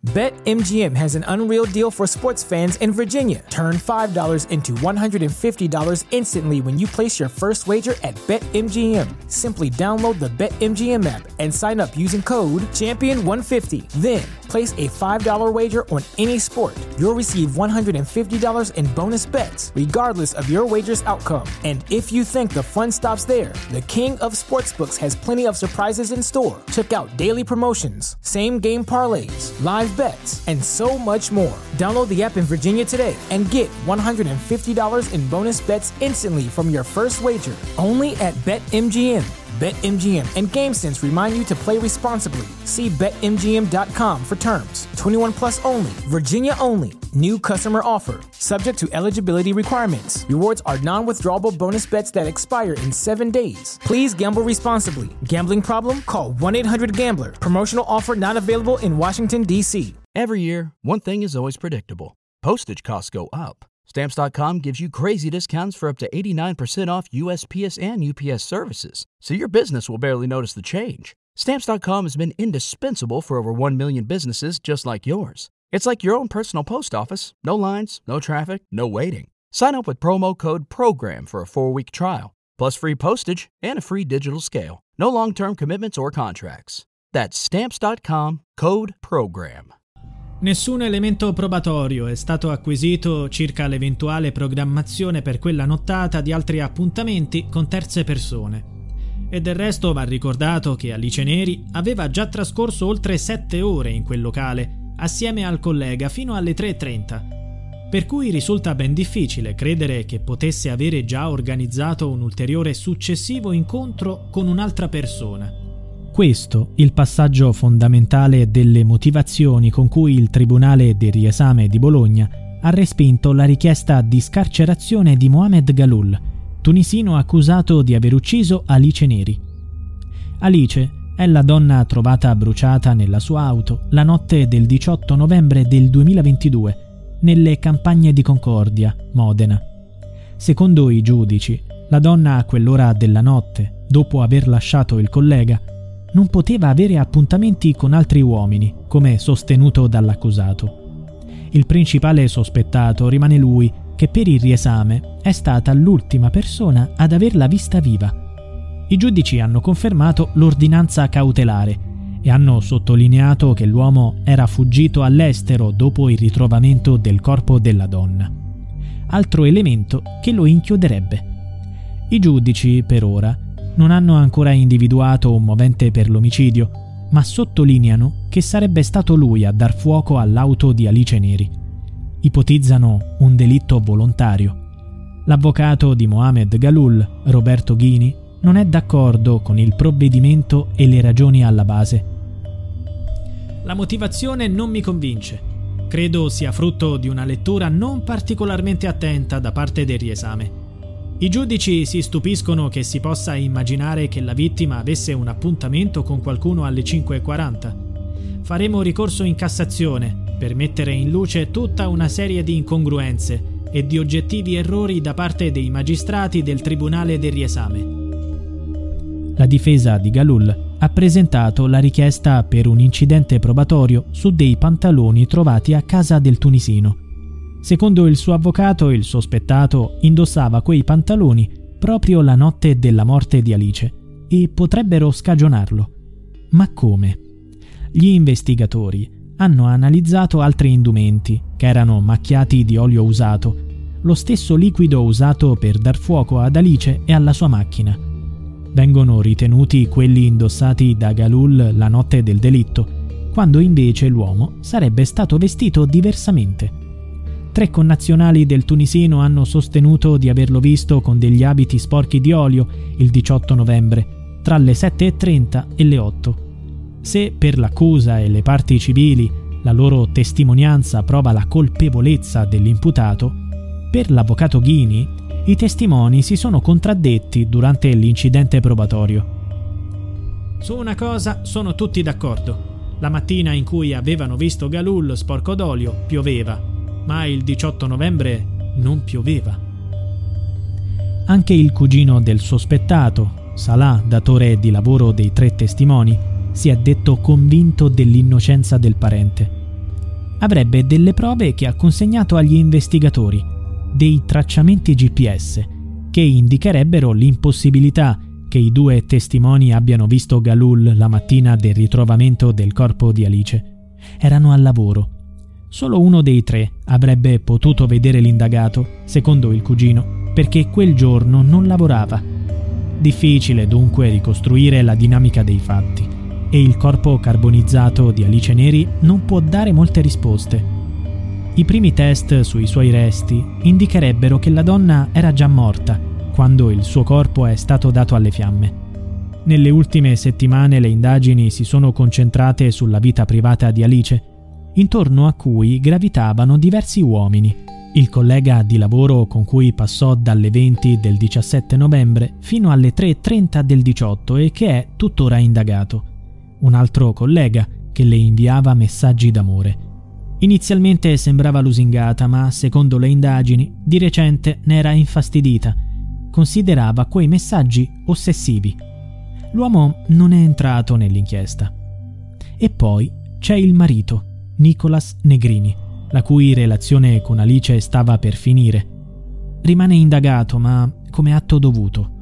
BetMGM has an unreal deal for sports fans in Virginia. Turn $5 into $150 instantly when you place your first wager at BetMGM. Simply download the BetMGM app and sign up using code Champion150. Then, place a $5 wager on any sport. You'll receive $150 in bonus bets, regardless of your wager's outcome. And if you think the fun stops there, the King of Sportsbooks has plenty of surprises in store. Check out daily promotions, same-game parlays, live bets, and so much more. Download the app in Virginia today and get $150 in bonus bets instantly from your first wager. Only at BetMGM. BetMGM and GameSense remind you to play responsibly. See BetMGM.com for terms. 21 plus only. Virginia only. New customer offer. Subject to eligibility requirements. Rewards are non-withdrawable bonus bets that expire in 7 days. Please gamble responsibly. Gambling problem? Call 1-800-GAMBLER. Promotional offer not available in Washington, D.C. Every year, one thing is always predictable. Postage costs go up. Stamps.com gives you crazy discounts for up to 89% off USPS and UPS services, so your business will barely notice the change. Stamps.com has been indispensable for over 1 million businesses just like yours. It's like your own personal post office. No lines, no traffic, no waiting. Sign up with promo code PROGRAM for a 4-week trial, plus free postage and a free digital scale. No long-term commitments or contracts. That's Stamps.com, code PROGRAM. Nessun elemento probatorio è stato acquisito circa l'eventuale programmazione per quella nottata di altri appuntamenti con terze persone. E del resto va ricordato che Alice Neri aveva già trascorso oltre 7 ore in quel locale, assieme al collega fino alle 3:30, per cui risulta ben difficile credere che potesse avere già organizzato un ulteriore successivo incontro con un'altra persona. Questo il passaggio fondamentale delle motivazioni con cui il Tribunale del Riesame di Bologna ha respinto la richiesta di scarcerazione di Mohamed Galul, tunisino accusato di aver ucciso Alice Neri. Alice è la donna trovata bruciata nella sua auto la notte del 18 novembre del 2022 nelle campagne di Concordia, Modena. Secondo i giudici, la donna a quell'ora della notte, dopo aver lasciato il collega, non poteva avere appuntamenti con altri uomini, come sostenuto dall'accusato. Il principale sospettato rimane lui, che per il riesame è stata l'ultima persona ad averla vista viva. I giudici hanno confermato l'ordinanza cautelare e hanno sottolineato che l'uomo era fuggito all'estero dopo il ritrovamento del corpo della donna. Altro elemento che lo inchioderebbe. I giudici, per ora, non hanno ancora individuato un movente per l'omicidio, ma sottolineano che sarebbe stato lui a dar fuoco all'auto di Alice Neri. Ipotizzano un delitto volontario. L'avvocato di Mohamed Galul, Roberto Ghini, non è d'accordo con il provvedimento e le ragioni alla base. La motivazione non mi convince. Credo sia frutto di una lettura non particolarmente attenta da parte del riesame. I giudici si stupiscono che si possa immaginare che la vittima avesse un appuntamento con qualcuno alle 5:40. Faremo ricorso in Cassazione per mettere in luce tutta una serie di incongruenze e di oggettivi errori da parte dei magistrati del Tribunale del Riesame. La difesa di Galul ha presentato la richiesta per un incidente probatorio su dei pantaloni trovati a casa del tunisino. Secondo il suo avvocato, il sospettato indossava quei pantaloni proprio la notte della morte di Alice e potrebbero scagionarlo. Ma come? Gli investigatori hanno analizzato altri indumenti che erano macchiati di olio usato, lo stesso liquido usato per dar fuoco ad Alice e alla sua macchina. Vengono ritenuti quelli indossati da Galul la notte del delitto, quando invece l'uomo sarebbe stato vestito diversamente. 3 connazionali del tunisino hanno sostenuto di averlo visto con degli abiti sporchi di olio il 18 novembre, tra le 7:30 e le 8. Se per l'accusa e le parti civili la loro testimonianza prova la colpevolezza dell'imputato, per l'avvocato Ghini i testimoni si sono contraddetti durante l'incidente probatorio. Su una cosa sono tutti d'accordo. La mattina in cui avevano visto Galul sporco d'olio pioveva, ma il 18 novembre non pioveva. Anche il cugino del sospettato, Salah, datore di lavoro dei 3 testimoni, si è detto convinto dell'innocenza del parente. avrebbe delle prove che ha consegnato agli investigatori, dei tracciamenti GPS, che indicherebbero l'impossibilità che i 2 testimoni abbiano visto Galul la mattina del ritrovamento del corpo di Alice. Erano al lavoro. Solo uno dei 3 avrebbe potuto vedere l'indagato, secondo il cugino, perché quel giorno non lavorava. Difficile dunque ricostruire la dinamica dei fatti, e il corpo carbonizzato di Alice Neri non può dare molte risposte. I primi test sui suoi resti indicherebbero che la donna era già morta quando il suo corpo è stato dato alle fiamme. Nelle ultime settimane le indagini si sono concentrate sulla vita privata di Alice, intorno a cui gravitavano diversi uomini. Il collega di lavoro con cui passò dalle 20 del 17 novembre fino alle 3:30 del 18 e che è tuttora indagato. Un altro collega che le inviava messaggi d'amore. Inizialmente sembrava lusingata, ma secondo le indagini di recente ne era infastidita. Considerava quei messaggi ossessivi. L'uomo non è entrato nell'inchiesta. E poi c'è il marito, Nicolas Negrini, la cui relazione con Alice stava per finire. Rimane indagato, ma come atto dovuto.